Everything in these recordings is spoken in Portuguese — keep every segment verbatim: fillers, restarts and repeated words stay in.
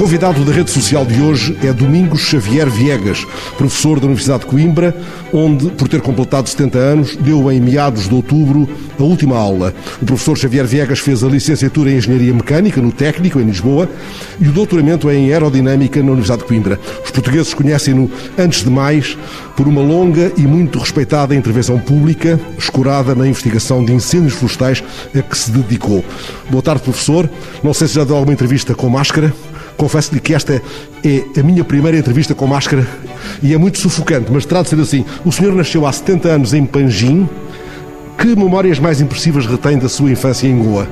convidado da rede social de hoje é Domingos Xavier Viegas, professor da Universidade de Coimbra, onde, por ter completado setenta anos, deu em meados de outubro a última aula. O professor Xavier Viegas fez a licenciatura em Engenharia Mecânica no Técnico, em Lisboa, e o doutoramento em Aerodinâmica na Universidade de Coimbra. Os portugueses conhecem-no, antes de mais, por uma longa e muito respeitada intervenção pública, escorada na investigação de incêndios florestais a que se dedicou. Boa tarde, professor. Não sei se já deu alguma entrevista com máscara. Confesso-lhe que esta é a minha primeira entrevista com máscara e é muito sufocante, mas terá de ser assim. O senhor nasceu há setenta anos em Panjim. Que memórias mais impressivas retém da sua infância em Goa?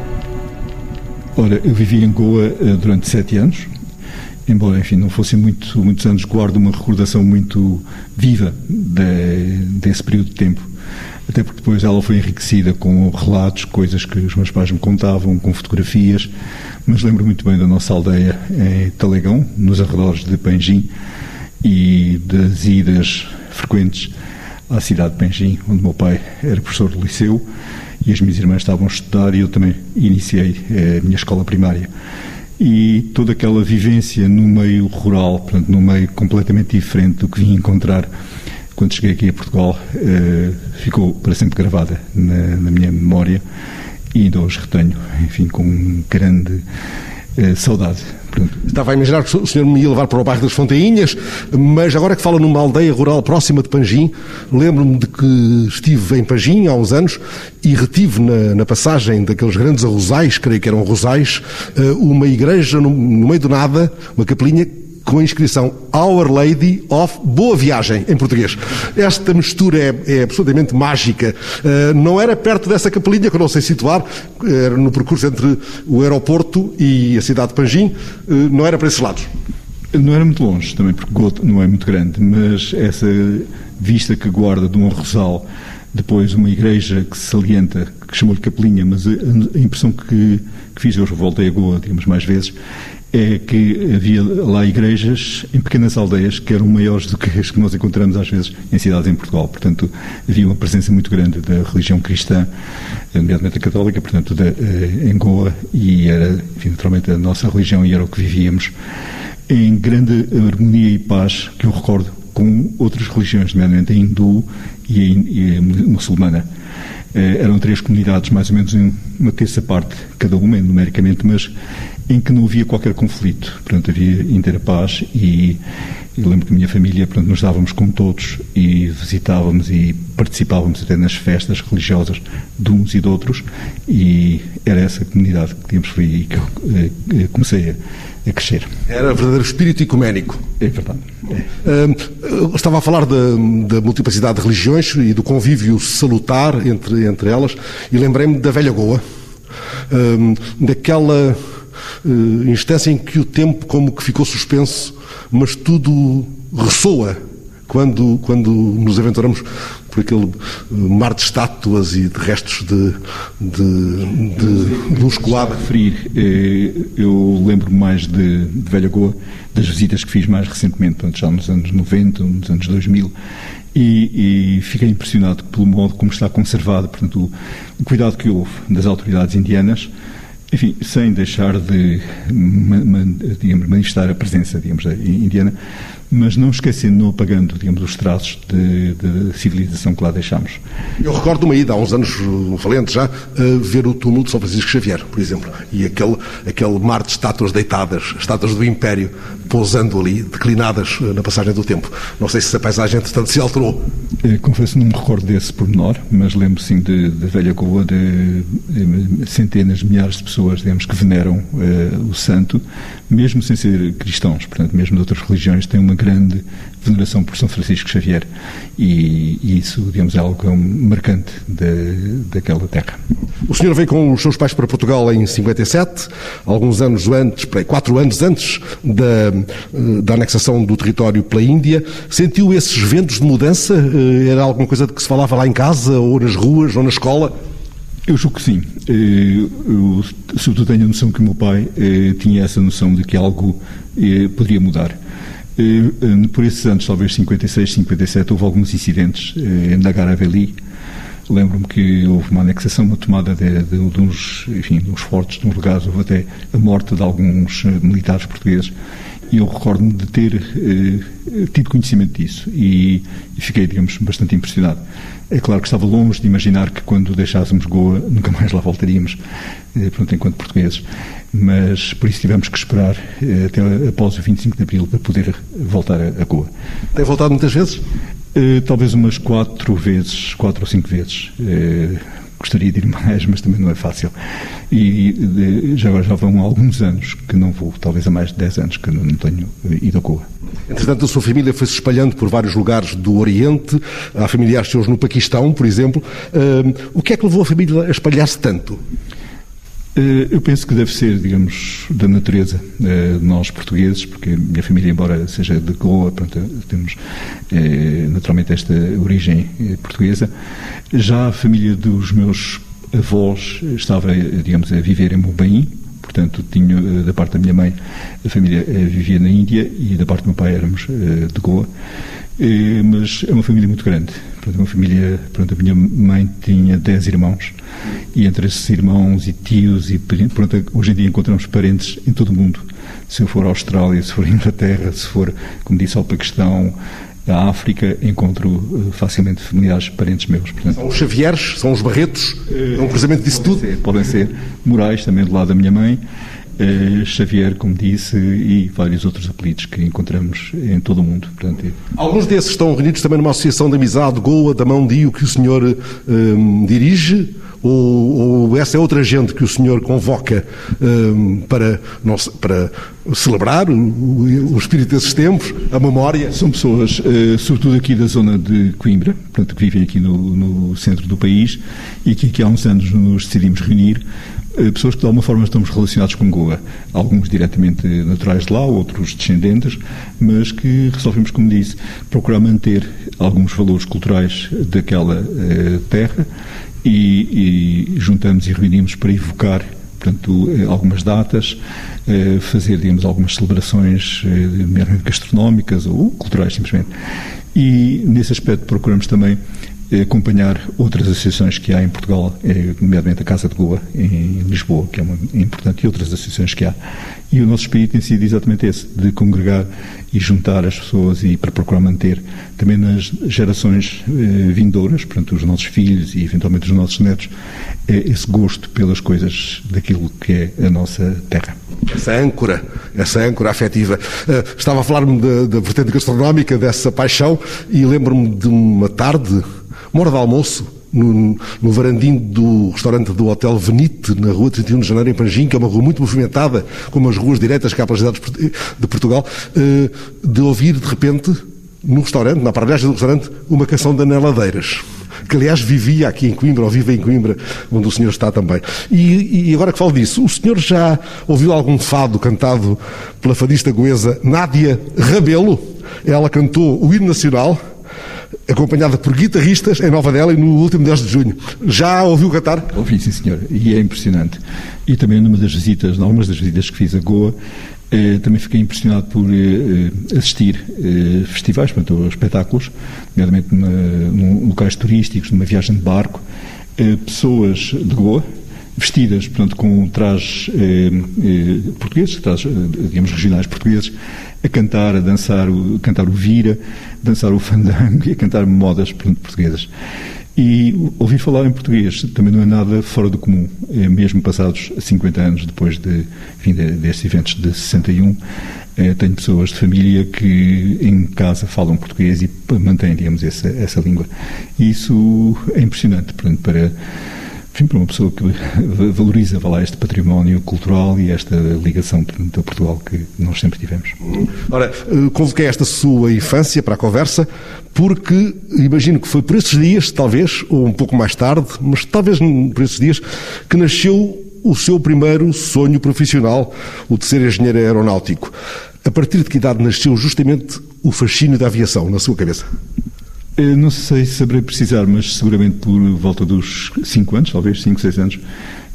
Ora, eu vivi em Goa uh, durante sete anos. Embora, enfim, não fossem muito, muitos anos, guardo uma recordação muito viva de, desse período de tempo. Até porque depois ela foi enriquecida com relatos, coisas que os meus pais me contavam, com fotografias. Mas lembro muito bem da nossa aldeia em Talegão, nos arredores de Panjim, e das idas frequentes à cidade de Panjim, onde o meu pai era professor de liceu e as minhas irmãs estavam a estudar e eu também iniciei a minha escola primária. E toda aquela vivência no meio rural, portanto, num meio completamente diferente do que vim encontrar quando cheguei aqui a Portugal, eh, ficou para sempre gravada na, na minha memória e ainda hoje retenho, enfim, com grande eh, saudade. Pronto. Estava a imaginar que o senhor me ia levar para o bairro das Fontainhas, mas agora que fala numa aldeia rural próxima de Panjim, lembro-me de que estive em Panjim há uns anos e retive na, na passagem daqueles grandes arrozais, creio que eram rosais, uma igreja no, no meio do nada, uma capelinha com a inscrição Our Lady of Boa Viagem, em português. Esta mistura é, é absolutamente mágica. Uh, não era perto dessa capelinha, que eu não sei situar, era no percurso entre o aeroporto e a cidade de Panjim, uh, não era para esses lados? Não era muito longe, também, porque Goa não é muito grande, mas essa vista que guarda de um arrozal, depois uma igreja que se salienta, que chamou-lhe capelinha, mas a, a impressão que, que fiz, eu voltei a Goa, digamos, mais vezes, é que havia lá igrejas em pequenas aldeias que eram maiores do que as que nós encontramos às vezes em cidades em Portugal. Portanto, havia uma presença muito grande da religião cristã, nomeadamente a católica, portanto, da, em Goa, e era, enfim, naturalmente, a nossa religião e era o que vivíamos em grande harmonia e paz, que eu recordo, com outras religiões, nomeadamente a hindu e a, e a muçulmana. Eram três comunidades, mais ou menos em uma terça parte, cada uma, numericamente, mas em que não havia qualquer conflito. Portanto, havia inteira paz e eu lembro que a minha família, portanto, nos dávamos com todos e visitávamos e participávamos até nas festas religiosas de uns e de outros, e era essa comunidade que, digamos, foi aí que eu eh, comecei a, a crescer. Era verdadeiro espírito ecuménico. É verdade. É. Uh, estava a falar da, da multiplicidade de religiões e do convívio salutar entre, entre elas, e lembrei-me da velha Goa, uh, daquela uh, instância em que o tempo como que ficou suspenso, mas tudo ressoa quando, quando nos aventuramos por aquele mar de estátuas e de restos de, de, de luz colada. Referir, eu lembro mais de, de Velha Goa, das visitas que fiz mais recentemente, portanto, já nos anos noventa, nos anos dois mil, e, e fiquei impressionado pelo modo como está conservado, portanto, o, o cuidado que houve das autoridades indianas, enfim, sem deixar de digamos, manifestar a presença, digamos, indiana, mas não esquecendo, não apagando, digamos, os traços de, de civilização que lá deixámos. Eu recordo uma ida, há uns anos valentes já, a ver o túmulo de São Francisco Xavier, por exemplo, e aquele, aquele mar de estátuas deitadas, estátuas do Império, pousando ali, declinadas na passagem do tempo. Não sei se a paisagem, entretanto, se alterou. Eu, confesso, não me recordo desse pormenor, mas lembro, sim, de, de Velha Goa, de, de centenas, de milhares de pessoas, digamos, que veneram uh, o santo, mesmo sem ser cristãos, portanto, mesmo de outras religiões, têm uma grande veneração por São Francisco Xavier, e, e isso, digamos, é algo marcante de, daquela terra. O senhor veio com os seus pais para Portugal em cinquenta e sete, alguns anos antes, quatro anos antes da, da anexação do território pela Índia. Sentiu esses ventos de mudança? Era alguma coisa de que se falava lá em casa, ou nas ruas, ou na escola? Eu julgo que sim. Eu, sobretudo, tenho a noção que o meu pai eh, tinha essa noção de que algo eh, poderia mudar. Eh, por esses anos, talvez cinquenta e seis, cinquenta e sete, houve alguns incidentes eh, em Nagar Haveli, lembro-me que houve uma anexação, uma tomada de, de, de, uns, enfim, de uns fortes, de uns lugares, houve até a morte de alguns militares portugueses. E eu recordo-me de ter eh, tido conhecimento disso e, e fiquei, digamos, bastante impressionado. É claro que estava longe de imaginar que quando deixássemos Goa nunca mais lá voltaríamos, eh, pronto, enquanto portugueses, mas por isso tivemos que esperar eh, até após o vinte e cinco de Abril para poder voltar a, a Goa. Tem voltado muitas vezes? Eh, talvez umas quatro vezes, quatro ou cinco vezes. Eh, Gostaria de ir mais, mas também não é fácil. E de, já agora já vão alguns anos que não vou, talvez há mais de dez anos que não, não tenho ido a Goa. Entretanto, a sua família foi-se espalhando por vários lugares do Oriente, há familiares seus no Paquistão, por exemplo. Uh, o que é que levou a família a espalhar-se tanto? Eu penso que deve ser, digamos, da natureza de nós portugueses, porque a minha família, embora seja de Goa, pronto, temos naturalmente esta origem portuguesa. Já a família dos meus avós estava, digamos, a viver em Mumbai, portanto, tinha, da parte da minha mãe, a família vivia na Índia e da parte do meu pai éramos de Goa. Mas é uma família muito grande. Pronto, uma família, pronto, a minha mãe tinha dez irmãos e entre esses irmãos e tios e pronto, hoje em dia encontramos parentes em todo o mundo. Se eu for à Austrália, se for à Inglaterra, se for, como disse, ao Paquistão, à África, encontro uh, facilmente familiares, parentes meus. Portanto, são os Xavieres, são os Barretos, é um cruzamento disso tudo? Ser, podem ser Moraes, também do lado da minha mãe, Uh, Xavier, como disse, e vários outros apelidos que encontramos em todo o mundo. Portanto, é... Alguns desses estão reunidos também numa associação de amizade, Goa, da Mão Dio, que o senhor um, dirige? Ou, ou essa é outra gente que o senhor convoca um, para, nossa, para celebrar o, o, o espírito desses tempos, a memória? São pessoas, uh, sobretudo aqui da zona de Coimbra, portanto, que vivem aqui no, no centro do país e que aqui há uns anos nos decidimos reunir. Pessoas que de alguma forma estamos relacionados com Goa, alguns diretamente naturais de lá, outros descendentes, mas que resolvemos, como disse, procurar manter alguns valores culturais daquela eh, terra e, e juntamos e reunimos para evocar, portanto, algumas datas, eh, fazer, digamos, algumas celebrações, eh, meramente gastronómicas ou culturais, simplesmente. E, nesse aspecto, procuramos também acompanhar outras associações que há em Portugal, nomeadamente a Casa de Goa, em Lisboa, que é uma importante, e outras associações que há. E o nosso espírito tem sido exatamente esse, de congregar e juntar as pessoas e para procurar manter também nas gerações eh, vindouras, portanto, os nossos filhos e eventualmente os nossos netos, eh, esse gosto pelas coisas daquilo que é a nossa terra. Essa âncora, essa âncora afetiva. Uh, estava a falar-me da, da vertente gastronómica, dessa paixão, e lembro-me de uma tarde, uma hora de almoço, no, no varandim do restaurante do Hotel Venite, na rua trinta e um de Janeiro, em Panjim, que é uma rua muito movimentada, como as ruas diretas cá pelas cidades de Portugal, uh, de ouvir, de repente, no restaurante, na aparelhagem do restaurante, uma canção da Neladeiras, que aliás vivia aqui em Coimbra, ou vive em Coimbra, onde o senhor está também. E, e agora que falo disso, o senhor já ouviu algum fado cantado pela fadista goesa Nádia Rabelo? Ela cantou o hino nacional, acompanhada por guitarristas em Nova Delhi no último dez de junho. Já ouviu cantar? Ouvi, sim, senhor, e é impressionante. E também numa das visitas, em algumas das visitas que fiz a Goa, eh, também fiquei impressionado por eh, assistir eh, festivais, portanto, espetáculos, nomeadamente em locais turísticos, numa viagem de barco, eh, pessoas de Goa, vestidas, portanto, com trajes eh, eh, portugueses, trajes, digamos, regionais portugueses, a cantar, a dançar, o, a cantar o vira, dançar o fandango e a cantar modas, portanto, portuguesas. E ouvir falar em português também não é nada fora do comum, é mesmo passados cinquenta anos depois de, enfim, de, destes eventos de sessenta e um, é, tenho pessoas de família que em casa falam português e mantêm, digamos, essa, essa língua. E isso é impressionante, portanto, para... Enfim, para uma pessoa que valoriza, vá lá, este património cultural e esta ligação, portanto, a Portugal que nós sempre tivemos. Ora, convoquei esta sua infância para a conversa porque imagino que foi por esses dias, talvez, ou um pouco mais tarde, mas talvez por esses dias, que nasceu o seu primeiro sonho profissional, o de ser engenheiro aeronáutico. A partir de que idade nasceu justamente o fascínio da aviação na sua cabeça? Eu não sei se saberei precisar, mas seguramente por volta dos cinco anos, talvez cinco, seis anos,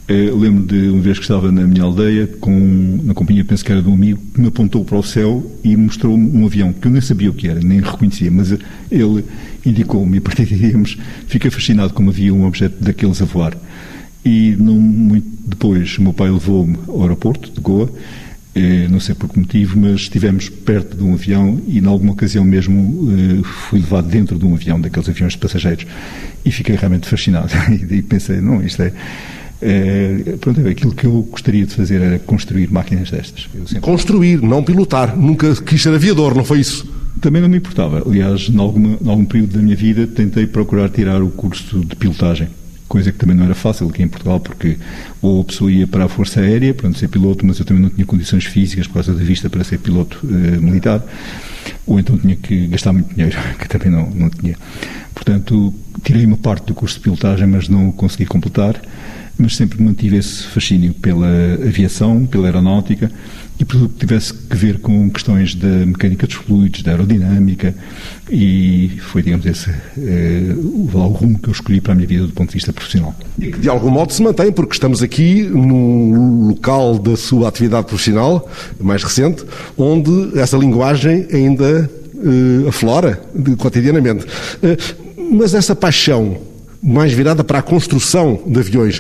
Eu lembro de uma vez que estava na minha aldeia, com, na companhia, penso que era de um amigo, que me apontou para o céu e mostrou-me um avião, que eu nem sabia o que era, nem reconhecia, mas ele indicou-me e a partir daí, digamos, fiquei fascinado como havia um objeto daqueles a voar. E não muito depois, o meu pai levou-me ao aeroporto de Goa, eh, não sei por que motivo, mas estivemos perto de um avião e, em alguma ocasião mesmo, eh, fui levado dentro de um avião, daqueles aviões de passageiros, e fiquei realmente fascinado. E pensei, não, isto é... É, pronto, aquilo que eu gostaria de fazer era construir máquinas destas. Sempre... Construir, não pilotar. Nunca quis ser aviador, não foi isso? Também não me importava. Aliás, em algum, em algum período da minha vida, tentei procurar tirar o curso de pilotagem, coisa que também não era fácil aqui em Portugal, porque ou a pessoa ia para a Força Aérea, para ser piloto, mas eu também não tinha condições físicas por causa da vista para ser piloto eh, militar, ou então tinha que gastar muito dinheiro, que também não, não tinha. Portanto, tirei uma parte do curso de pilotagem, mas não o consegui completar. Mas sempre mantive esse fascínio pela aviação, pela aeronáutica e por tudo que tivesse que ver com questões da mecânica dos fluidos, da aerodinâmica, e foi, digamos, esse eh, o rumo que eu escolhi para a minha vida do ponto de vista profissional. E que de algum modo se mantém, porque estamos aqui no local da sua atividade profissional, mais recente, onde essa linguagem ainda eh, aflora de, cotidianamente. Eh, mas essa paixão mais virada para a construção de aviões,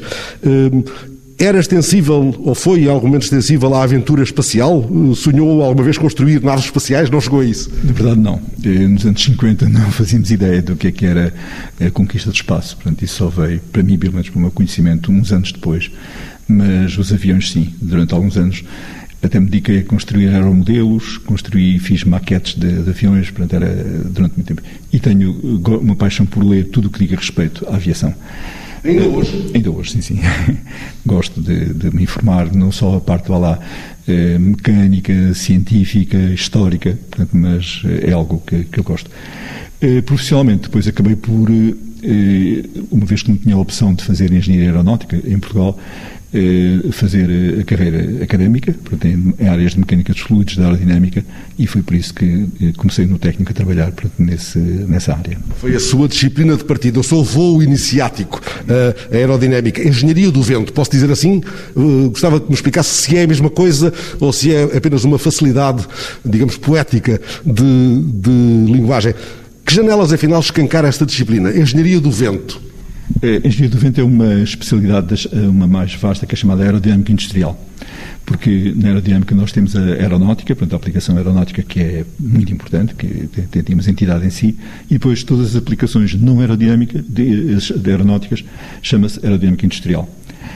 era extensível, ou foi em algum momento extensível, à aventura espacial? Sonhou alguma vez construir naves espaciais? Não chegou a isso? Na verdade, não. Nos anos cinquenta não fazíamos ideia do que é que era a conquista do espaço. Portanto, isso só veio, para mim, pelo menos para o meu conhecimento, uns anos depois. Mas os aviões, sim. Durante alguns anos até me dediquei a construir aeromodelos, construí, fiz maquetes de, de aviões, portanto, era durante muito tempo. E tenho uma paixão por ler tudo o que diga respeito à aviação. Ainda hoje? Ainda hoje, sim, sim. Gosto de, de me informar, não só a parte, vá lá, eh, mecânica, científica, histórica, portanto, mas é algo que, que eu gosto. Eh, profissionalmente, depois acabei por, eh, uma vez que não tinha a opção de fazer engenharia aeronáutica em Portugal, fazer a carreira académica, portanto, em áreas de mecânica dos fluidos, da aerodinâmica, e foi por isso que comecei no técnico a trabalhar, portanto, nesse, nessa área. Foi a sua disciplina de partida, o seu voo iniciático, a aerodinâmica, engenharia do vento, posso dizer assim? Gostava que me explicasse se é a mesma coisa ou se é apenas uma facilidade, digamos, poética de, de linguagem. Que janelas, afinal, escancara esta disciplina? Engenharia do vento. A engenharia do vento é uma especialidade, uma mais vasta, que é chamada aerodinâmica industrial, porque na aerodinâmica nós temos a aeronáutica, portanto a aplicação aeronáutica, que é muito importante, que temos entidade em si, e depois todas as aplicações não aerodinâmicas, de, de aeronáuticas, chama-se aerodinâmica industrial.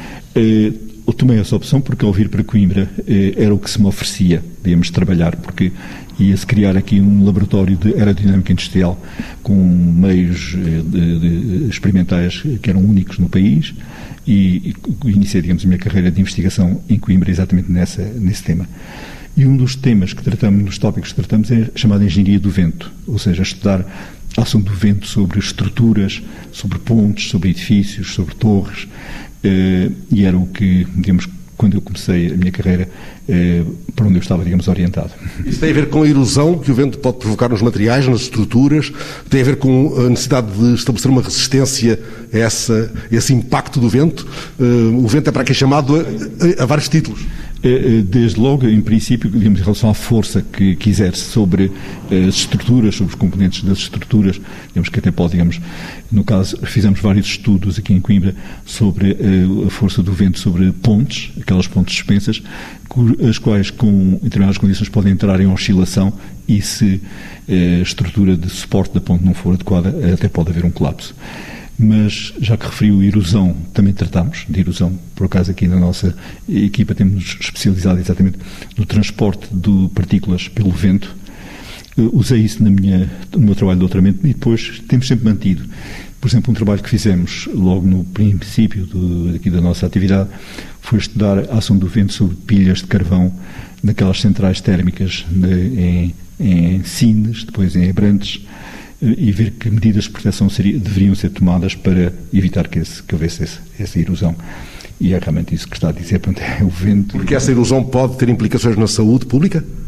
Eu tomei essa opção porque, ao vir para Coimbra, era o que se me oferecia, digamos, trabalhar, porque ia-se criar aqui um laboratório de aerodinâmica industrial com meios de, de, experimentais que eram únicos no país, e, e iniciei, digamos, a minha carreira de investigação em Coimbra exatamente nessa, nesse tema. E um dos temas que tratamos, dos tópicos que tratamos, é chamado engenharia do vento, ou seja, estudar a ação do vento sobre estruturas, sobre pontes, sobre edifícios, sobre torres, Uh, e era o que, digamos, quando eu comecei a minha carreira, uh, para onde eu estava, digamos, orientado. Isso tem a ver com a erosão que o vento pode provocar nos materiais, nas estruturas, tem a ver com a necessidade de estabelecer uma resistência a, essa, a esse impacto do vento. Uh, o vento é para aqui chamado a, a, a vários títulos. Desde logo, em princípio, digamos, em relação à força que, que exerce sobre as estruturas, sobre os componentes das estruturas, digamos que até pode, digamos, no caso, fizemos vários estudos aqui em Coimbra sobre a força do vento sobre pontes, aquelas pontes suspensas, as quais, com determinadas condições, podem entrar em oscilação e, se a estrutura de suporte da ponte não for adequada, até pode haver um colapso. Mas, já que referiu erosão, também tratamos de erosão. Por acaso, aqui na nossa equipa temos especializado exatamente no transporte de partículas pelo vento. Uh, usei isso na minha, no meu trabalho de doutoramento e depois temos sempre mantido. Por exemplo, um trabalho que fizemos logo no princípio do, aqui da nossa atividade foi estudar a ação do vento sobre pilhas de carvão naquelas centrais térmicas de, em, em Sines, depois em Abrantes, e ver que medidas de proteção seria, deveriam ser tomadas para evitar que, esse, que houvesse esse, essa erosão. E é realmente isso que está a dizer, portanto, é o vento. Porque essa erosão pode ter implicações na saúde pública?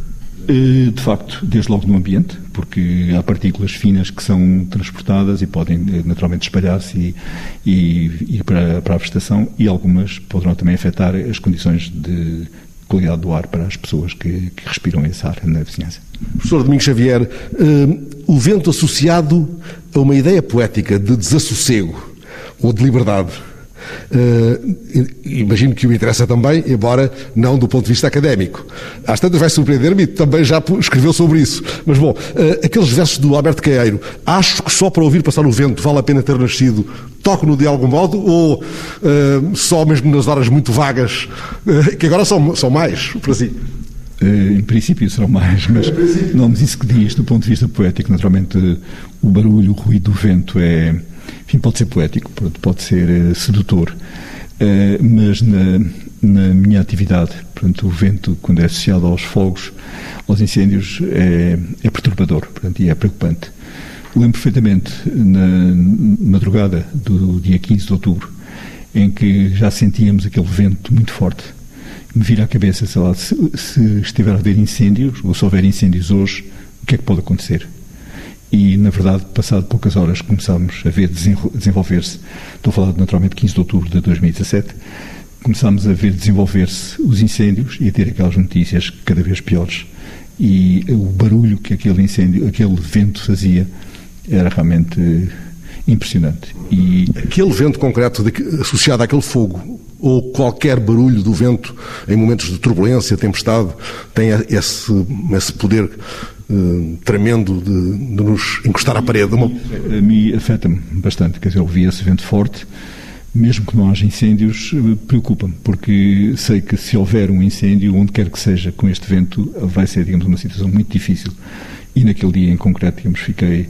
De facto, desde logo no ambiente, porque há partículas finas que são transportadas e podem naturalmente espalhar-se e, e ir para, para a vegetação, e algumas poderão também afetar as condições de qualidade do ar para as pessoas que, que respiram esse ar na vizinhança. Professor Domingos Xavier, uh, o vento associado a uma ideia poética de desassossego ou de liberdade, Uh, imagino que o interessa também, embora não do ponto de vista académico. Às tantas vai surpreender-me, e também já escreveu sobre isso. Mas bom, uh, aqueles versos do Alberto Queiro, acho que só para ouvir passar o vento vale a pena ter nascido, toco-no de algum modo, ou uh, só mesmo nas horas muito vagas, uh, que agora são, são mais, para si? Em princípio serão mais, mas não, mas isso que diz do ponto de vista poético, naturalmente o barulho, o ruído do vento é, enfim, pode ser poético, pode ser uh, sedutor, uh, mas na, na minha atividade, portanto, o vento, quando é associado aos fogos, aos incêndios, é, é perturbador, portanto, e é preocupante. Lembro perfeitamente na madrugada do dia quinze de outubro, em que já sentíamos aquele vento muito forte. Me vira à cabeça, sei lá, se, se estiver a haver incêndios, ou se houver incêndios hoje, o que é que pode acontecer? E, na verdade, passado poucas horas, começámos a ver desenvolver-se, estou a falar naturalmente de quinze de outubro de dois mil e dezassete, começámos a ver desenvolver-se os incêndios e a ter aquelas notícias cada vez piores. E o barulho que aquele incêndio, aquele vento fazia, era realmente impressionante. E aquele vento concreto de, associado àquele fogo, ou qualquer barulho do vento em momentos de turbulência, tempestade, tem esse, esse poder uh, tremendo de, de nos encostar à parede? Uma... A mim afeta-me bastante, quer dizer, ouvir esse vento forte, mesmo que não haja incêndios, preocupa-me, porque sei que se houver um incêndio, onde quer que seja, com este vento, vai ser, digamos, uma situação muito difícil. E naquele dia em concreto, digamos, fiquei...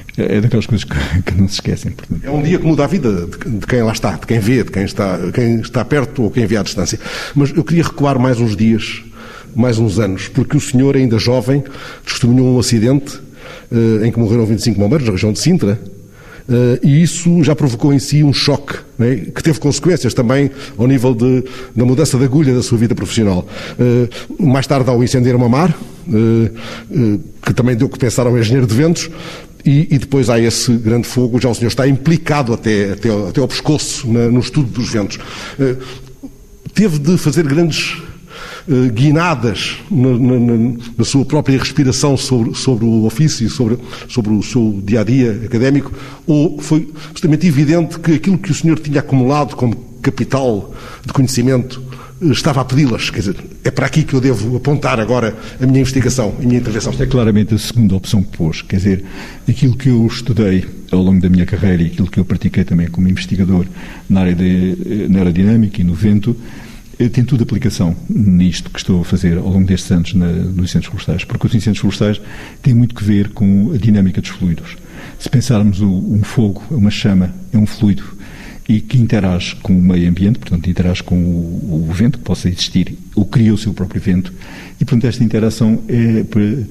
É daquelas coisas que, que não se esquecem. Portanto. É um dia que muda a vida de, de quem lá está, de quem vê, de quem está, quem está perto ou quem vê à distância. Mas eu queria recuar mais uns dias, mais uns anos, porque o senhor, ainda jovem, testemunhou um acidente uh, em que morreram vinte e cinco bombeiros na região de Sintra, uh, e isso já provocou em si um choque, né, que teve consequências também ao nível de, da mudança de agulha da sua vida profissional. Uh, mais tarde há o incêndio em Mamar, uh, uh, que também deu que pensar ao engenheiro de ventos. E, e depois há esse grande fogo, já o senhor está implicado até, até, até ao pescoço na, no estudo dos ventos. Uh, teve de fazer grandes uh, guinadas na, na, na sua própria respiração sobre, sobre o ofício, sobre, sobre o seu dia-a-dia académico, ou foi absolutamente evidente que aquilo que o senhor tinha acumulado como capital de conhecimento estava a pedi-las? Quer dizer, é para aqui que eu devo apontar agora a minha investigação, a minha intervenção. Esta é claramente a segunda opção que pôs. Quer dizer, aquilo que eu estudei ao longo da minha carreira e aquilo que eu pratiquei também como investigador na área de, na aerodinâmica e no vento, tem tudo aplicação nisto que estou a fazer ao longo destes anos na, nos incêndios florestais, porque os incêndios florestais têm muito que ver com a dinâmica dos fluidos. Se pensarmos o, um fogo, uma chama, é um fluido, e que interage com o meio ambiente, portanto, interage com o, o vento que possa existir, ou cria o seu próprio vento, e, portanto, esta interação é,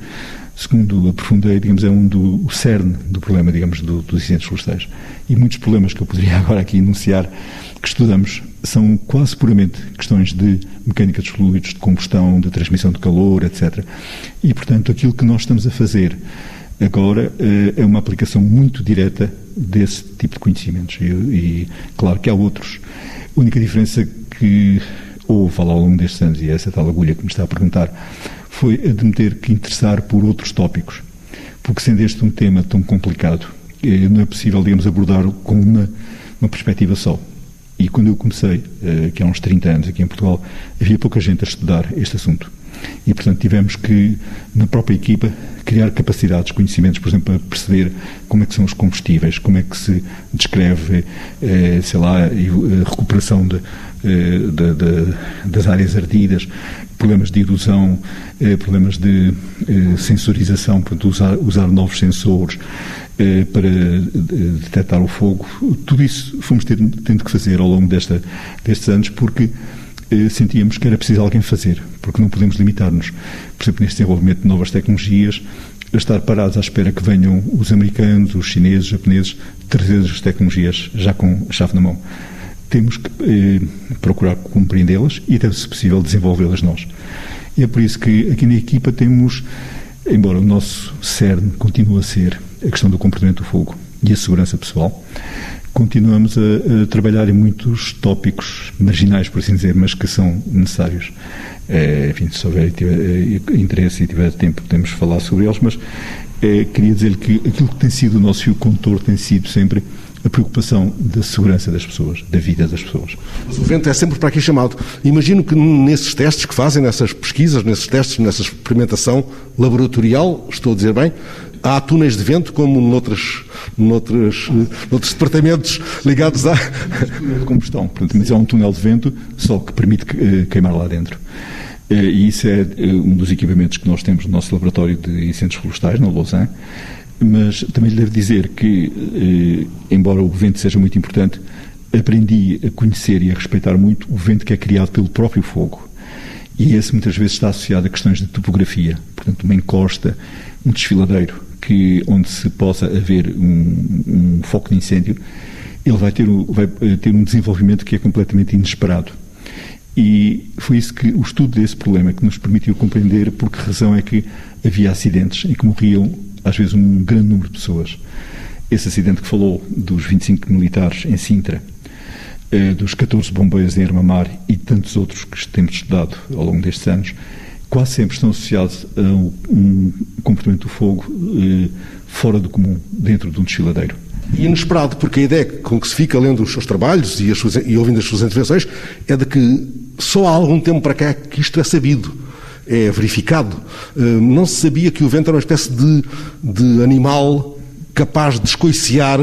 segundo aprofundei, digamos, é um do o cerne do problema, digamos, do, dos incêndios florestais. E muitos problemas que eu poderia agora aqui enunciar, que estudamos, são quase puramente questões de mecânica dos fluidos, de combustão, de transmissão de calor, etcétera. E, portanto, aquilo que nós estamos a fazer agora é uma aplicação muito direta desse tipo de conhecimentos. E, e claro que há outros. A única diferença que houve ao longo destes anos, e essa tal agulha que me está a perguntar, foi a de me ter que interessar por outros tópicos. Porque sendo este um tema tão complicado, não é possível, digamos, abordá-lo com uma, uma perspectiva só. E quando eu comecei, aqui há uns trinta anos, aqui em Portugal, havia pouca gente a estudar este assunto. E, portanto, tivemos que, na própria equipa, criar capacidades, conhecimentos, por exemplo, a perceber como é que são os combustíveis, como é que se descreve, eh, sei lá, a recuperação de, eh, de, de, das áreas ardidas, problemas de erosão, eh, problemas de eh, sensorização, portanto, usar, usar novos sensores eh, para detectar o fogo. Tudo isso fomos ter, tendo que fazer ao longo desta, destes anos, porque sentíamos que era preciso alguém fazer, porque não podemos limitar-nos, por exemplo, neste desenvolvimento de novas tecnologias, a estar parados à espera que venham os americanos, os chineses, os japoneses, trazer as tecnologias já com a chave na mão. Temos que eh, procurar compreendê-las e, até se possível, desenvolvê-las nós. E é por isso que aqui na equipa temos, embora o nosso cerne continue a ser a questão do comportamento do fogo e a segurança pessoal, continuamos a, a trabalhar em muitos tópicos marginais, por assim dizer, mas que são necessários. É, enfim, se houver tiver, interesse e tiver tempo, podemos falar sobre eles, mas é, queria dizer-lhe que aquilo que tem sido o nosso fio condutor tem sido sempre a preocupação da segurança das pessoas, da vida das pessoas. Mas o vento é sempre para aqui chamado. Imagino que nesses testes que fazem, nessas pesquisas, nesses testes, nessa experimentação laboratorial, estou a dizer bem, há túneis de vento, como noutros, noutros, noutros departamentos ligados à... de combustão. Portanto, mas é um túnel de vento, só que permite queimar lá dentro. E isso é um dos equipamentos que nós temos no nosso laboratório de incêndios florestais, na Lausanne. Mas também lhe devo dizer que, embora o vento seja muito importante, aprendi a conhecer e a respeitar muito o vento que é criado pelo próprio fogo. E esse muitas vezes está associado a questões de topografia. Portanto, uma encosta, um desfiladeiro, que, onde se possa haver um, um foco de incêndio, ele vai ter, vai ter um desenvolvimento que é completamente inesperado. E foi isso que o estudo desse problema que nos permitiu compreender por que razão é que havia acidentes em que morriam, às vezes, um grande número de pessoas. Esse acidente que falou dos vinte e cinco militares em Sintra, dos catorze bombeiros em Armamar e tantos outros que temos estudado ao longo destes anos, quase sempre estão associados a um comportamento do fogo eh, fora do comum, dentro de um desfiladeiro. E inesperado, porque a ideia com que se fica lendo os seus trabalhos e, as suas, e ouvindo as suas intervenções é de que só há algum tempo para cá que isto é sabido, é verificado. Uh, não se sabia que o vento era uma espécie de, de animal capaz de escoicear uh,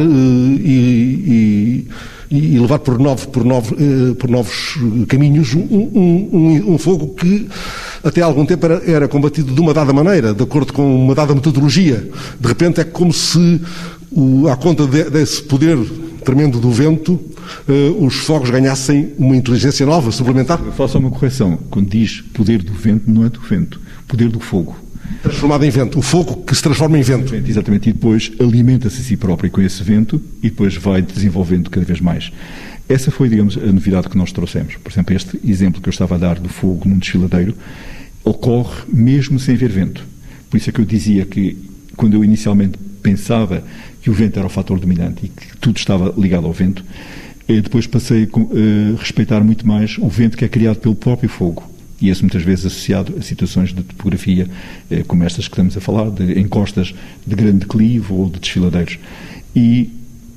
e, e, e levar por, novo, por, novo, uh, por novos caminhos um, um, um, um fogo que até há algum tempo era, era combatido de uma dada maneira, de acordo com uma dada metodologia. De repente é como se, o, à conta de, desse poder tremendo do vento, uh, os fogos ganhassem uma inteligência nova, suplementar. Eu faço uma correção. Quando diz poder do vento, não é do vento. Poder do fogo. Transformado em vento. O fogo que se transforma em vento. Exatamente. E depois alimenta-se a si próprio com esse vento e depois vai desenvolvendo cada vez mais. Essa foi, digamos, a novidade que nós trouxemos. Por exemplo, este exemplo que eu estava a dar do fogo num desfiladeiro ocorre mesmo sem haver vento. Por isso é que eu dizia que, quando eu inicialmente pensava que o vento era o fator dominante e que tudo estava ligado ao vento, depois passei a respeitar muito mais o vento que é criado pelo próprio fogo. E esse muitas vezes associado a situações de topografia como estas que estamos a falar, de encostas de grande declive ou de desfiladeiros. E,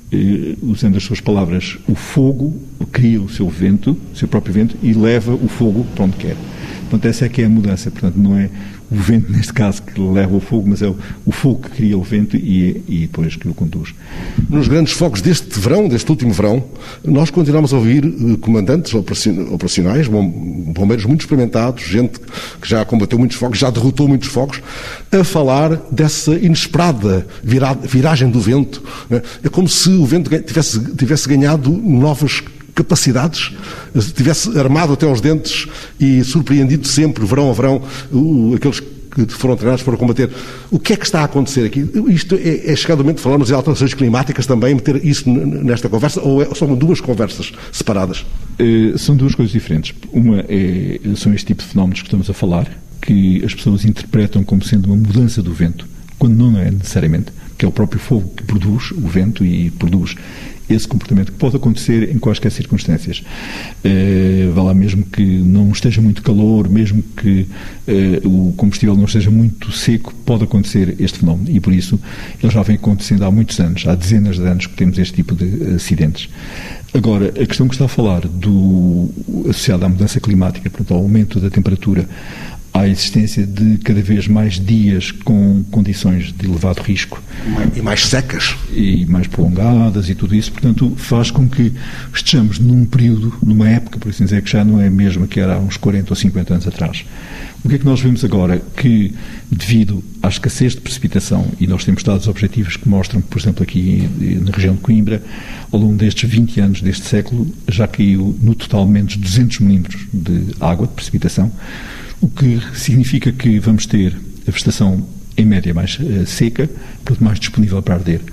usando as suas palavras, o fogo cria o seu vento, o seu próprio vento, e leva o fogo para onde quer. Portanto, essa é que é a mudança. Portanto, não é o vento, neste caso, que leva o fogo, mas é o, o fogo que cria o vento e, e depois que o conduz. Nos grandes fogos deste verão, deste último verão, nós continuamos a ouvir comandantes operacionais, bombeiros muito experimentados, gente que já combateu muitos fogos, já derrotou muitos fogos, a falar dessa inesperada viragem do vento. É como se o vento tivesse, tivesse ganhado novas capacidades, tivesse armado até aos dentes e surpreendido sempre, verão a verão, aqueles que foram treinados para combater. O que é que está a acontecer aqui? Isto é, é chegado o momento de falarmos de alterações climáticas também, meter isso nesta conversa, ou é, são duas conversas separadas? Uh, são duas coisas diferentes. Uma é, são este tipo de fenómenos que estamos a falar, que as pessoas interpretam como sendo uma mudança do vento, quando não é necessariamente, que é o próprio fogo que produz o vento e produz esse comportamento que pode acontecer em quaisquer circunstâncias. Uh, vá lá, mesmo que não esteja muito calor, mesmo que uh, o combustível não esteja muito seco, pode acontecer este fenómeno. E por isso ele já vem acontecendo há muitos anos, há dezenas de anos que temos este tipo de acidentes. Agora, a questão que está a falar do, associada à mudança climática, portanto, ao aumento da temperatura, à existência de cada vez mais dias com condições de elevado risco. E mais secas. E mais prolongadas e tudo isso, portanto, faz com que estejamos num período, numa época, por assim dizer, que já não é a mesma que era há uns quarenta ou cinquenta anos atrás. O que é que nós vemos agora? Que, devido à escassez de precipitação, e nós temos dados objetivos que mostram que, por exemplo, aqui na região de Coimbra, ao longo destes vinte anos deste século, já caiu no total menos duzentos milímetros de água, de precipitação, o que significa que vamos ter a vegetação em média mais uh, seca, portanto mais disponível para arder.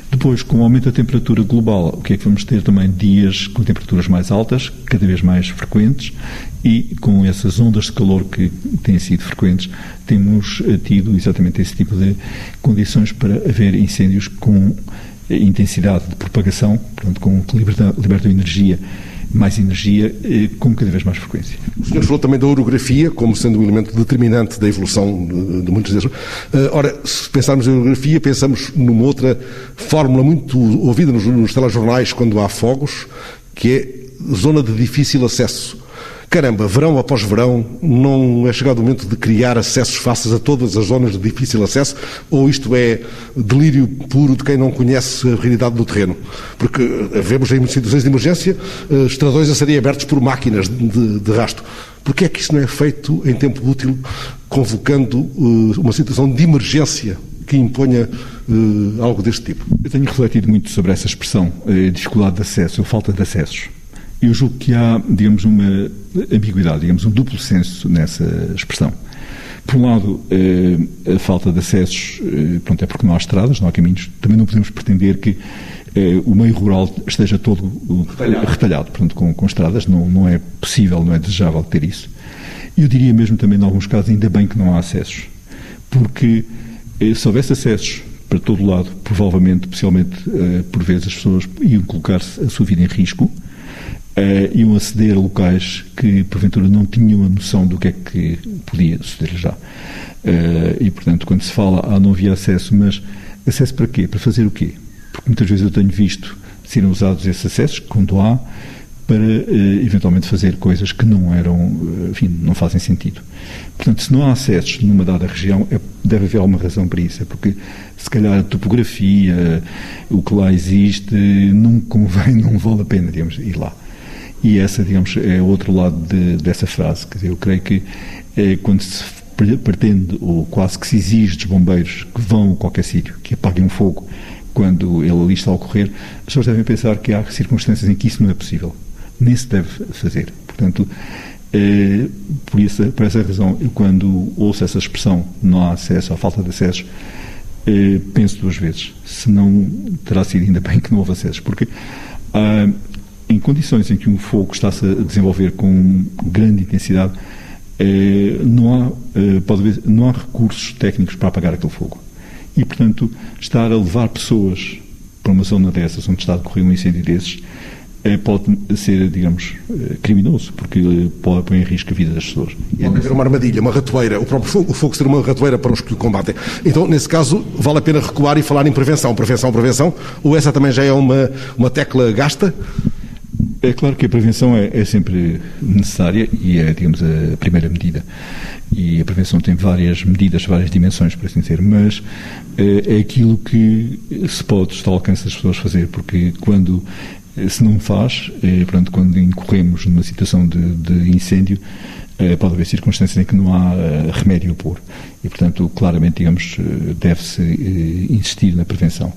Depois, com o aumento da temperatura global, o que é que vamos ter também? Dias com temperaturas mais altas, cada vez mais frequentes, e com essas ondas de calor que têm sido frequentes, temos tido exatamente esse tipo de condições para haver incêndios com intensidade de propagação, portanto, com que libertam, libertam energia, mais energia, com cada vez mais frequência. O senhor falou também da orografia como sendo um elemento determinante da evolução de, de muitos desses. Ora, se pensarmos em orografia, pensamos numa outra fórmula muito ouvida nos, nos telejornais quando há fogos, que é zona de difícil acesso. Caramba, verão após verão, não é chegado o momento de criar acessos fáceis a todas as zonas de difícil acesso, ou isto é delírio puro de quem não conhece a realidade do terreno? Porque vemos em situações de emergência estradões a serem abertos por máquinas de, de rasto. Porquê é que isso não é feito em tempo útil, convocando uh, uma situação de emergência que imponha uh, algo deste tipo? Eu tenho refletido muito sobre essa expressão, eh, dificuldade de acesso ou falta de acessos. Eu julgo que há, digamos, uma ambiguidade, digamos, um duplo senso nessa expressão. Por um lado, eh, a falta de acessos, eh, pronto, é porque não há estradas, não há caminhos. Também não podemos pretender que eh, o meio rural esteja todo uh, retalhado, retalhado portanto, com, com estradas. Não, não é possível, não é desejável ter isso. E eu diria mesmo também, em alguns casos, ainda bem que não há acessos. Porque eh, se houvesse acessos para todo o lado, provavelmente, especialmente eh, por vezes, as pessoas iam colocar-se a sua vida em risco, Uh, iam aceder a locais que, porventura, não tinham a noção do que é que podia suceder já. Uh, e, portanto, quando se fala, ah, não havia acesso, mas acesso para quê? Para fazer o quê? Porque muitas vezes eu tenho visto serem usados esses acessos, quando há, para, uh, eventualmente, fazer coisas que não eram, uh, enfim, não fazem sentido. Portanto, se não há acessos numa dada região, é, deve haver alguma razão para isso. É porque, se calhar, a topografia, o que lá existe, não convém, não vale a pena, digamos, ir lá. E essa, digamos, é o outro lado de, dessa frase. Quer dizer, eu creio que é, quando se pretende, ou quase que se exige dos bombeiros que vão a qualquer sítio, que apaguem um fogo quando ele ali está a ocorrer, as pessoas devem pensar que há circunstâncias em que isso não é possível. Nem se deve fazer. Portanto, é, por, essa, por essa razão, eu quando ouço essa expressão, não há acesso, há falta de acessos, é, penso duas vezes. Se não, terá sido ainda bem que não houve acessos. Porque há, em condições em que um fogo está-se a desenvolver com grande intensidade, eh, não, há, eh, pode haver, não há recursos técnicos para apagar aquele fogo. E, portanto, estar a levar pessoas para uma zona dessas, onde está a decorrer um incêndio desses, eh, pode ser, digamos, eh, criminoso, porque eh, pode pôr em risco a vida das pessoas. Pode haver uma armadilha, uma ratoeira, o próprio fogo, o fogo ser uma ratoeira para os que o combatem. Então, nesse caso, vale a pena recuar e falar em prevenção. Prevenção, prevenção, ou essa também já é uma, uma tecla gasta? É claro que a prevenção é, é sempre necessária e é, digamos, a primeira medida. E a prevenção tem várias medidas, várias dimensões, por assim dizer, mas é, é aquilo que se pode estar ao alcance das pessoas fazer, porque quando se não faz, é, portanto, quando incorremos numa situação de, de incêndio, é, pode haver circunstâncias em que não há é, remédio a pôr. E, portanto, claramente, digamos, deve-se é, insistir na prevenção.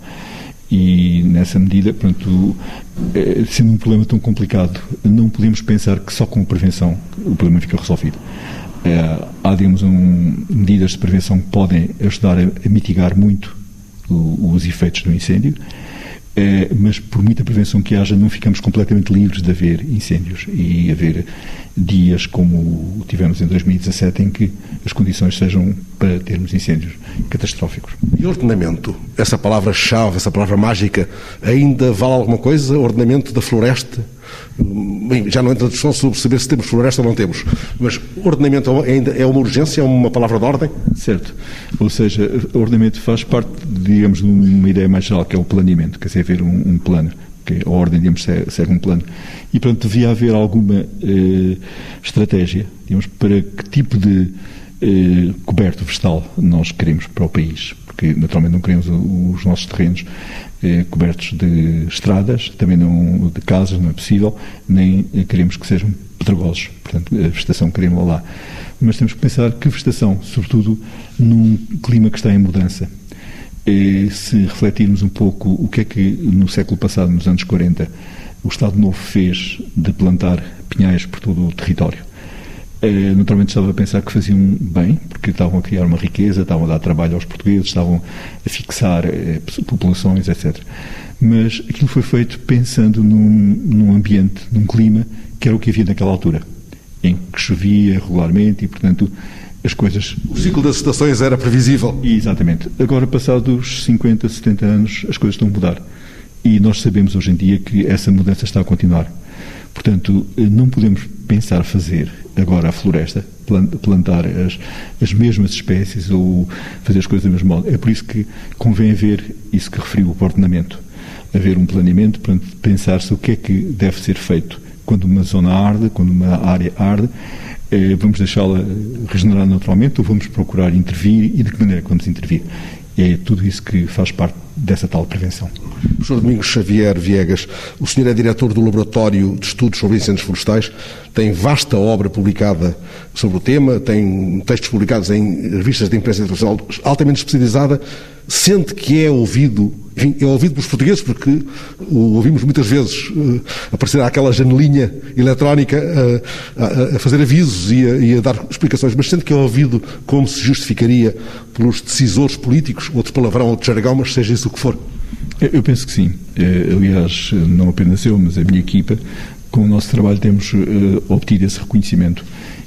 E, nessa medida, portanto, sendo um problema tão complicado, não podemos pensar que só com a prevenção o problema fica resolvido. É, há, digamos, um, medidas de prevenção que podem ajudar a, a mitigar muito o, os efeitos do incêndio, é, mas por muita prevenção que haja, não ficamos completamente livres de haver incêndios e haver dias como tivemos em dois mil e dezassete, em que as condições sejam para termos incêndios catastróficos. E ordenamento? Essa palavra-chave, essa palavra mágica, ainda vale alguma coisa? Ordenamento da floresta? Bem, já não entra a discussão sobre saber se temos floresta ou não temos, mas ordenamento ainda é uma urgência, é uma palavra de ordem? Certo. Ou seja, o ordenamento faz parte, digamos, de uma ideia mais geral, que é o planeamento, quer dizer, haver um, um plano, que a ordem, digamos, segue um plano. E, portanto, devia haver alguma eh, estratégia, digamos, para que tipo de eh, coberto vegetal nós queremos para o país, porque, naturalmente, não queremos os nossos terrenos eh, cobertos de estradas, também não de casas, não é possível, nem queremos que sejam pedregosos, portanto, a vegetação queremos lá. Mas temos que pensar que vegetação, sobretudo num clima que está em mudança. E se refletirmos um pouco o que é que no século passado, nos anos quarenta, o Estado Novo fez de plantar pinhais por todo o território, Eh, naturalmente estava a pensar que faziam bem, porque estavam a criar uma riqueza, estavam a dar trabalho aos portugueses, estavam a fixar eh, populações, etcétera. Mas aquilo foi feito pensando num, num ambiente, num clima, que era o que havia naquela altura, em que chovia regularmente e, portanto, as coisas... O ciclo das estações era previsível. Exatamente. Agora, passados cinquenta, setenta anos, as coisas estão a mudar. E nós sabemos hoje em dia que essa mudança está a continuar. Portanto, não podemos pensar fazer agora a floresta, plantar as, as mesmas espécies ou fazer as coisas do mesmo modo. É por isso que convém haver isso que referiu, o ordenamento. Haver um planeamento para pensar-se o que é que deve ser feito quando uma zona arde, quando uma área arde. Eh, vamos deixá-la regenerar naturalmente ou vamos procurar intervir e de que maneira que vamos intervir? É tudo isso que faz parte dessa tal prevenção. professor Domingos Xavier Viegas, o senhor é diretor do Laboratório de Estudos sobre Incêndios Florestais, tem vasta obra publicada sobre o tema, tem textos publicados em revistas de imprensa internacional altamente especializada, sente que é ouvido, enfim, é ouvido pelos portugueses, porque o ouvimos muitas vezes uh, aparecer àquela janelinha eletrónica uh, a, a fazer avisos e a, e a dar explicações, mas sente que é ouvido como se justificaria pelos decisores políticos, outro palavrão, outro jargão, mas seja isso o que for. Eu penso que sim. Aliás, não apenas eu, mas a minha equipa, com o nosso trabalho temos uh, obtido esse reconhecimento.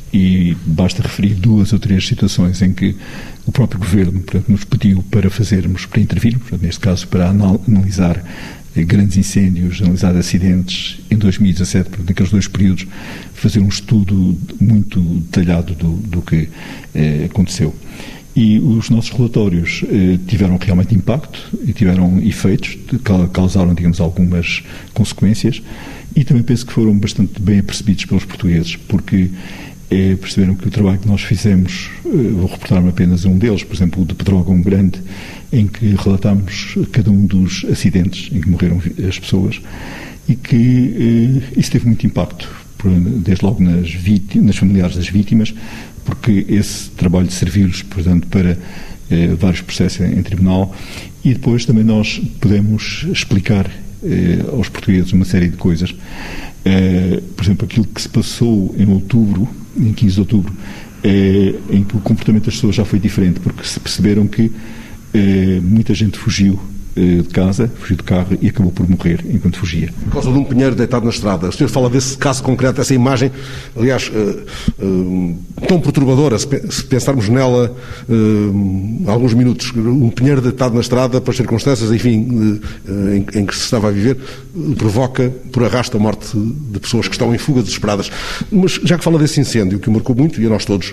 E basta referir duas ou três situações em que o próprio Governo, portanto, nos pediu para fazermos, para intervirmos, portanto, neste caso para analisar grandes incêndios, analisar acidentes em dois mil e dezassete, portanto, naqueles dois períodos, fazer um estudo muito detalhado do, do que eh, aconteceu. E os nossos relatórios eh, tiveram realmente impacto e tiveram efeitos, causaram, digamos, algumas consequências e também penso que foram bastante bem apercebidos pelos portugueses, porque É, perceberam que o trabalho que nós fizemos, vou reportar-me apenas um deles, por exemplo, o de Pedrógão Grande, em que relatámos cada um dos acidentes em que morreram as pessoas e que eh, isso teve muito impacto, desde logo nas, vítimas, nas familiares das vítimas, porque esse trabalho serviu-lhes, portanto, para eh, vários processos em, em tribunal e depois também nós podemos explicar eh, aos portugueses uma série de coisas. Eh, por exemplo, aquilo que se passou em outubro, em quinze de outubro, eh, em que o comportamento das pessoas já foi diferente, porque se perceberam que eh, muita gente fugiu eh, de casa, fugiu de carro e acabou por morrer enquanto fugia. Por causa de um pinheiro deitado na estrada. O senhor fala desse caso concreto, essa imagem, aliás, uh, uh, tão perturbadora, se, pe- se pensarmos nela uh, alguns minutos. Um pinheiro deitado na estrada, para circunstâncias, enfim, uh, em, em que se estava a viver, uh, provoca, por arrasto, a morte de pessoas que estão em fuga desesperadas. Mas, já que fala desse incêndio, que o marcou muito, e a nós todos,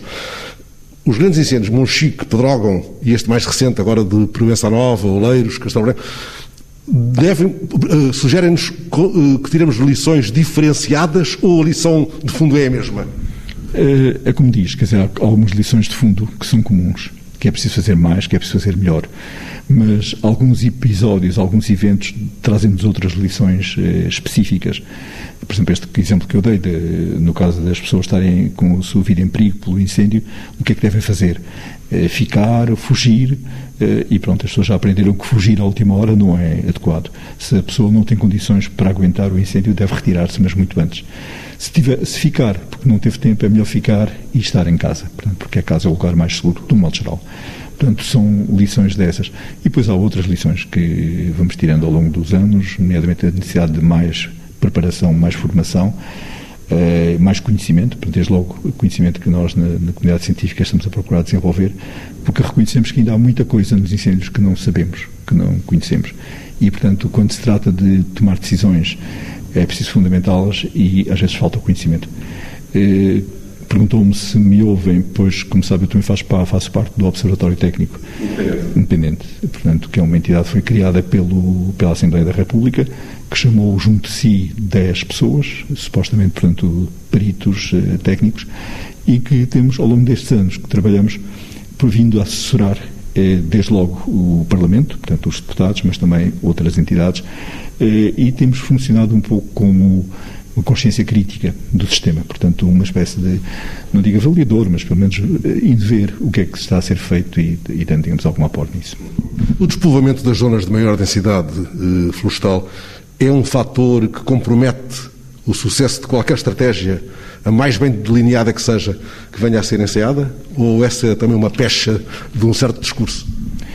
os grandes incêndios, Monchique, Pedrógão, e este mais recente, agora de Provença Nova, Oleiros, Castelo Branco, devem, uh, sugerem-nos uh, que tiremos lições diferenciadas ou a lição de fundo é a mesma? É, é como diz, quer dizer, há algumas lições de fundo que são comuns, que é preciso fazer mais, que é preciso fazer melhor, mas alguns episódios, alguns eventos trazem-nos outras lições eh, específicas. Por exemplo, este exemplo que eu dei, de, no caso das pessoas estarem com a sua vida em perigo pelo incêndio, o que é que devem fazer? Eh, ficar, fugir, eh, e pronto, as pessoas já aprenderam que fugir à última hora não é adequado. Se a pessoa não tem condições para aguentar o incêndio, deve retirar-se, mas muito antes. Se, tiver, se ficar, porque não teve tempo, é melhor ficar e estar em casa, portanto, porque a casa é o lugar mais seguro, de um modo geral. Portanto, são lições dessas. E depois há outras lições que vamos tirando ao longo dos anos, nomeadamente a necessidade de mais preparação, mais formação, eh, mais conhecimento, desde logo o conhecimento que nós na, na comunidade científica estamos a procurar desenvolver, porque reconhecemos que ainda há muita coisa nos incêndios que não sabemos, que não conhecemos. E, portanto, quando se trata de tomar decisões, é preciso fundamentá-las e às vezes falta o conhecimento. Eh, Perguntou-me se me ouvem, pois, como sabe, eu também faço, faço parte do Observatório Técnico Independente. Independente, portanto, que é uma entidade que foi criada pelo, pela Assembleia da República, que chamou junto de si dez pessoas, supostamente, portanto, peritos eh, técnicos, e que temos, ao longo destes anos, que trabalhamos por vindo a assessorar, eh, desde logo, o Parlamento, portanto, os deputados, mas também outras entidades, eh, e temos funcionado um pouco como uma consciência crítica do sistema, portanto uma espécie de, não digo avaliador, mas pelo menos indo ver o que é que está a ser feito e, e dando, digamos, algum aporte nisso. O despovoamento das zonas de maior densidade eh, florestal é um fator que compromete o sucesso de qualquer estratégia, a mais bem delineada que seja, que venha a ser ensaiada? Ou essa é também uma pecha de um certo discurso?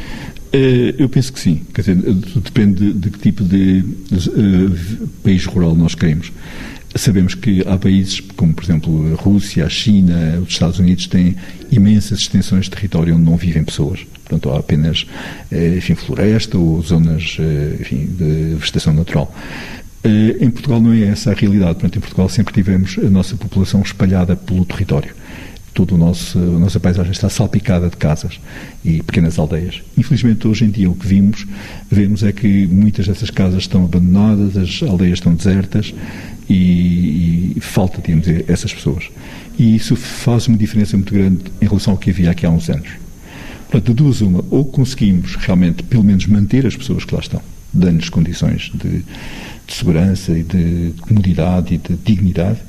Eu penso que sim. Quer dizer, depende de que tipo de, de, de país rural nós queremos. Sabemos que há países como, por exemplo, a Rússia, a China, os Estados Unidos, têm imensas extensões de território onde não vivem pessoas. Portanto, há apenas, enfim, floresta ou zonas, enfim, de vegetação natural. Em Portugal não é essa a realidade. Portanto, em Portugal sempre tivemos a nossa população espalhada pelo território. Toda a nossa paisagem está salpicada de casas e pequenas aldeias. Infelizmente, hoje em dia, o que vimos, vemos é que muitas dessas casas estão abandonadas, as aldeias estão desertas e, e falta, digamos, essas pessoas. E isso faz uma diferença muito grande em relação ao que havia aqui há uns anos. Portanto, de duas uma, ou conseguimos realmente, pelo menos, manter as pessoas que lá estão, dando-lhes condições de, de segurança e de comodidade e de dignidade.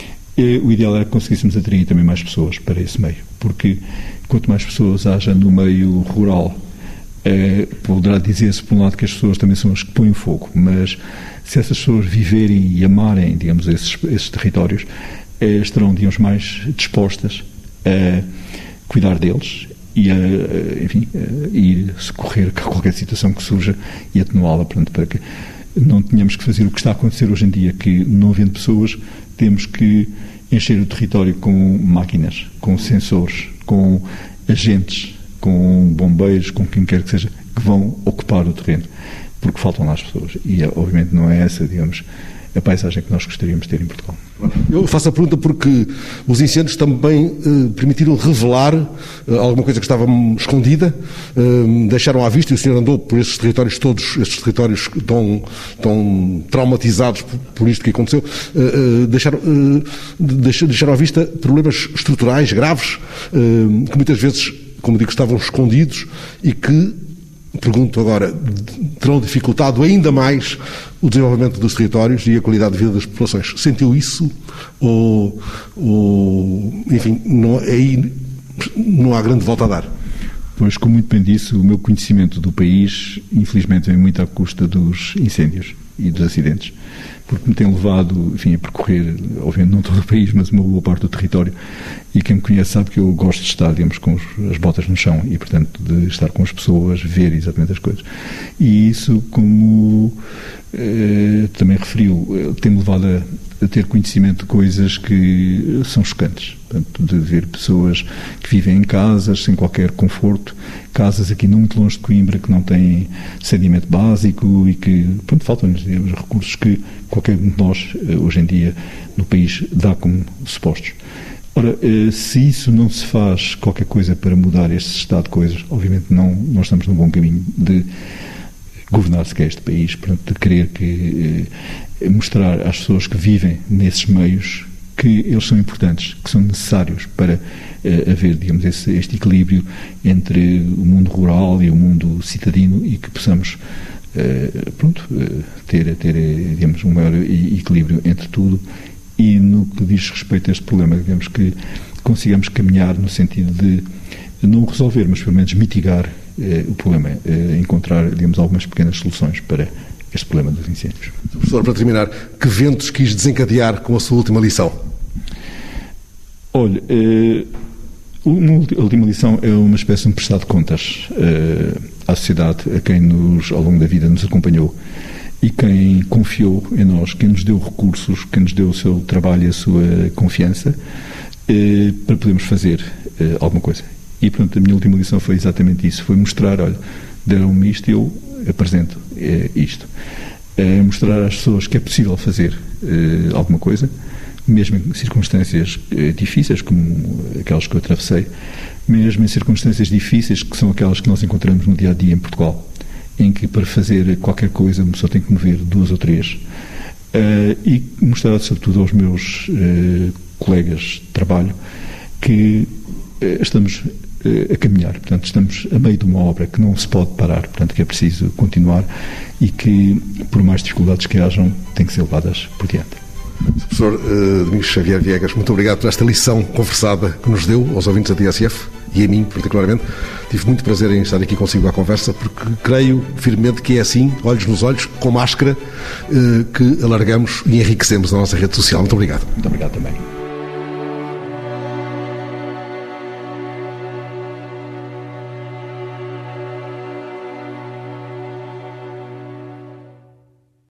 O ideal era que conseguíssemos atrair também mais pessoas para esse meio, porque quanto mais pessoas haja no meio rural, eh, poderá dizer-se, por um lado, que as pessoas também são as que põem fogo, mas se essas pessoas viverem e amarem, digamos, esses, esses territórios, eh, estarão, digamos, mais dispostas a cuidar deles e a, enfim, a ir socorrer a qualquer situação que surja e atenuá-la, portanto, para que não tenhamos que fazer o que está a acontecer hoje em dia, que não havendo pessoas, temos que encher o território com máquinas, com sensores, com agentes, com bombeiros, com quem quer que seja, que vão ocupar o terreno, porque faltam lá as pessoas. E, obviamente, não é essa, digamos, a paisagem que nós gostaríamos de ter em Portugal. Eu faço a pergunta porque os incêndios também eh, permitiram revelar eh, alguma coisa que estava escondida, eh, deixaram à vista, e o senhor andou por esses territórios todos, estes territórios tão, tão traumatizados por, por isto que aconteceu, eh, eh, deixaram, eh, deixaram à vista problemas estruturais graves, eh, que muitas vezes, como digo, estavam escondidos e que, pergunto agora, terão dificultado ainda mais o desenvolvimento dos territórios e a qualidade de vida das populações. Sentiu isso? Ou, ou enfim, não, aí não há grande volta a dar? Pois, como muito bem disse, o meu conhecimento do país, infelizmente, vem muito à custa dos incêndios e dos acidentes, porque me tem levado, enfim, a percorrer, obviamente não todo o país, mas uma boa parte do território, e quem me conhece sabe que eu gosto de estar, digamos, com os, as botas no chão e, portanto, de estar com as pessoas, ver exatamente as coisas. E isso, como eh, também referiu, eh, tem-me levado a, a ter conhecimento de coisas que são chocantes. Portanto, de ver pessoas que vivem em casas sem qualquer conforto, casas aqui não muito longe de Coimbra que não têm saneamento básico e que, pronto, faltam-lhes os recursos que qualquer um de nós, hoje em dia, no país, dá como supostos. Ora, se isso não se faz qualquer coisa para mudar este estado de coisas, obviamente não, não estamos num bom caminho de governar sequer este país, portanto, de querer que, eh, mostrar às pessoas que vivem nesses meios que eles são importantes, que são necessários para uh, haver, digamos, esse, este equilíbrio entre o mundo rural e o mundo citadino e que possamos, uh, pronto, uh, ter, ter, digamos, um maior equilíbrio entre tudo e no que diz respeito a este problema, digamos, que consigamos caminhar no sentido de não resolver, mas pelo menos mitigar uh, o problema, uh, encontrar, digamos, algumas pequenas soluções para este problema dos incêndios. Professor, para terminar, que ventos quis desencadear com a sua última lição? Olha, eh, a última lição é uma espécie de um prestado de contas eh, à sociedade, a quem nos, ao longo da vida nos acompanhou e quem confiou em nós, quem nos deu recursos, quem nos deu o seu trabalho e a sua confiança eh, para podermos fazer eh, alguma coisa. E, portanto, a minha última lição foi exatamente isso, foi mostrar, olha, deram-me isto e eu apresento eh, isto. É mostrar às pessoas que é possível fazer eh, alguma coisa, mesmo em circunstâncias eh, difíceis, como aquelas que eu atravessei, mesmo em circunstâncias difíceis, que são aquelas que nós encontramos no dia-a-dia em Portugal, em que para fazer qualquer coisa uma pessoa tem que mover duas ou três, uh, e mostrar sobretudo aos meus uh, colegas de trabalho que uh, estamos uh, a caminhar, portanto estamos a meio de uma obra que não se pode parar, portanto que é preciso continuar e que, por mais dificuldades que hajam, têm que ser levadas por diante. Professor uh, Domingos Xavier Viegas, muito obrigado por esta lição conversada que nos deu aos ouvintes da T S F. e a mim, particularmente. Tive muito prazer em estar aqui consigo à conversa, porque creio firmemente que é assim, olhos nos olhos, com máscara, que alargamos e enriquecemos a nossa rede social. Muito obrigado. Muito obrigado também.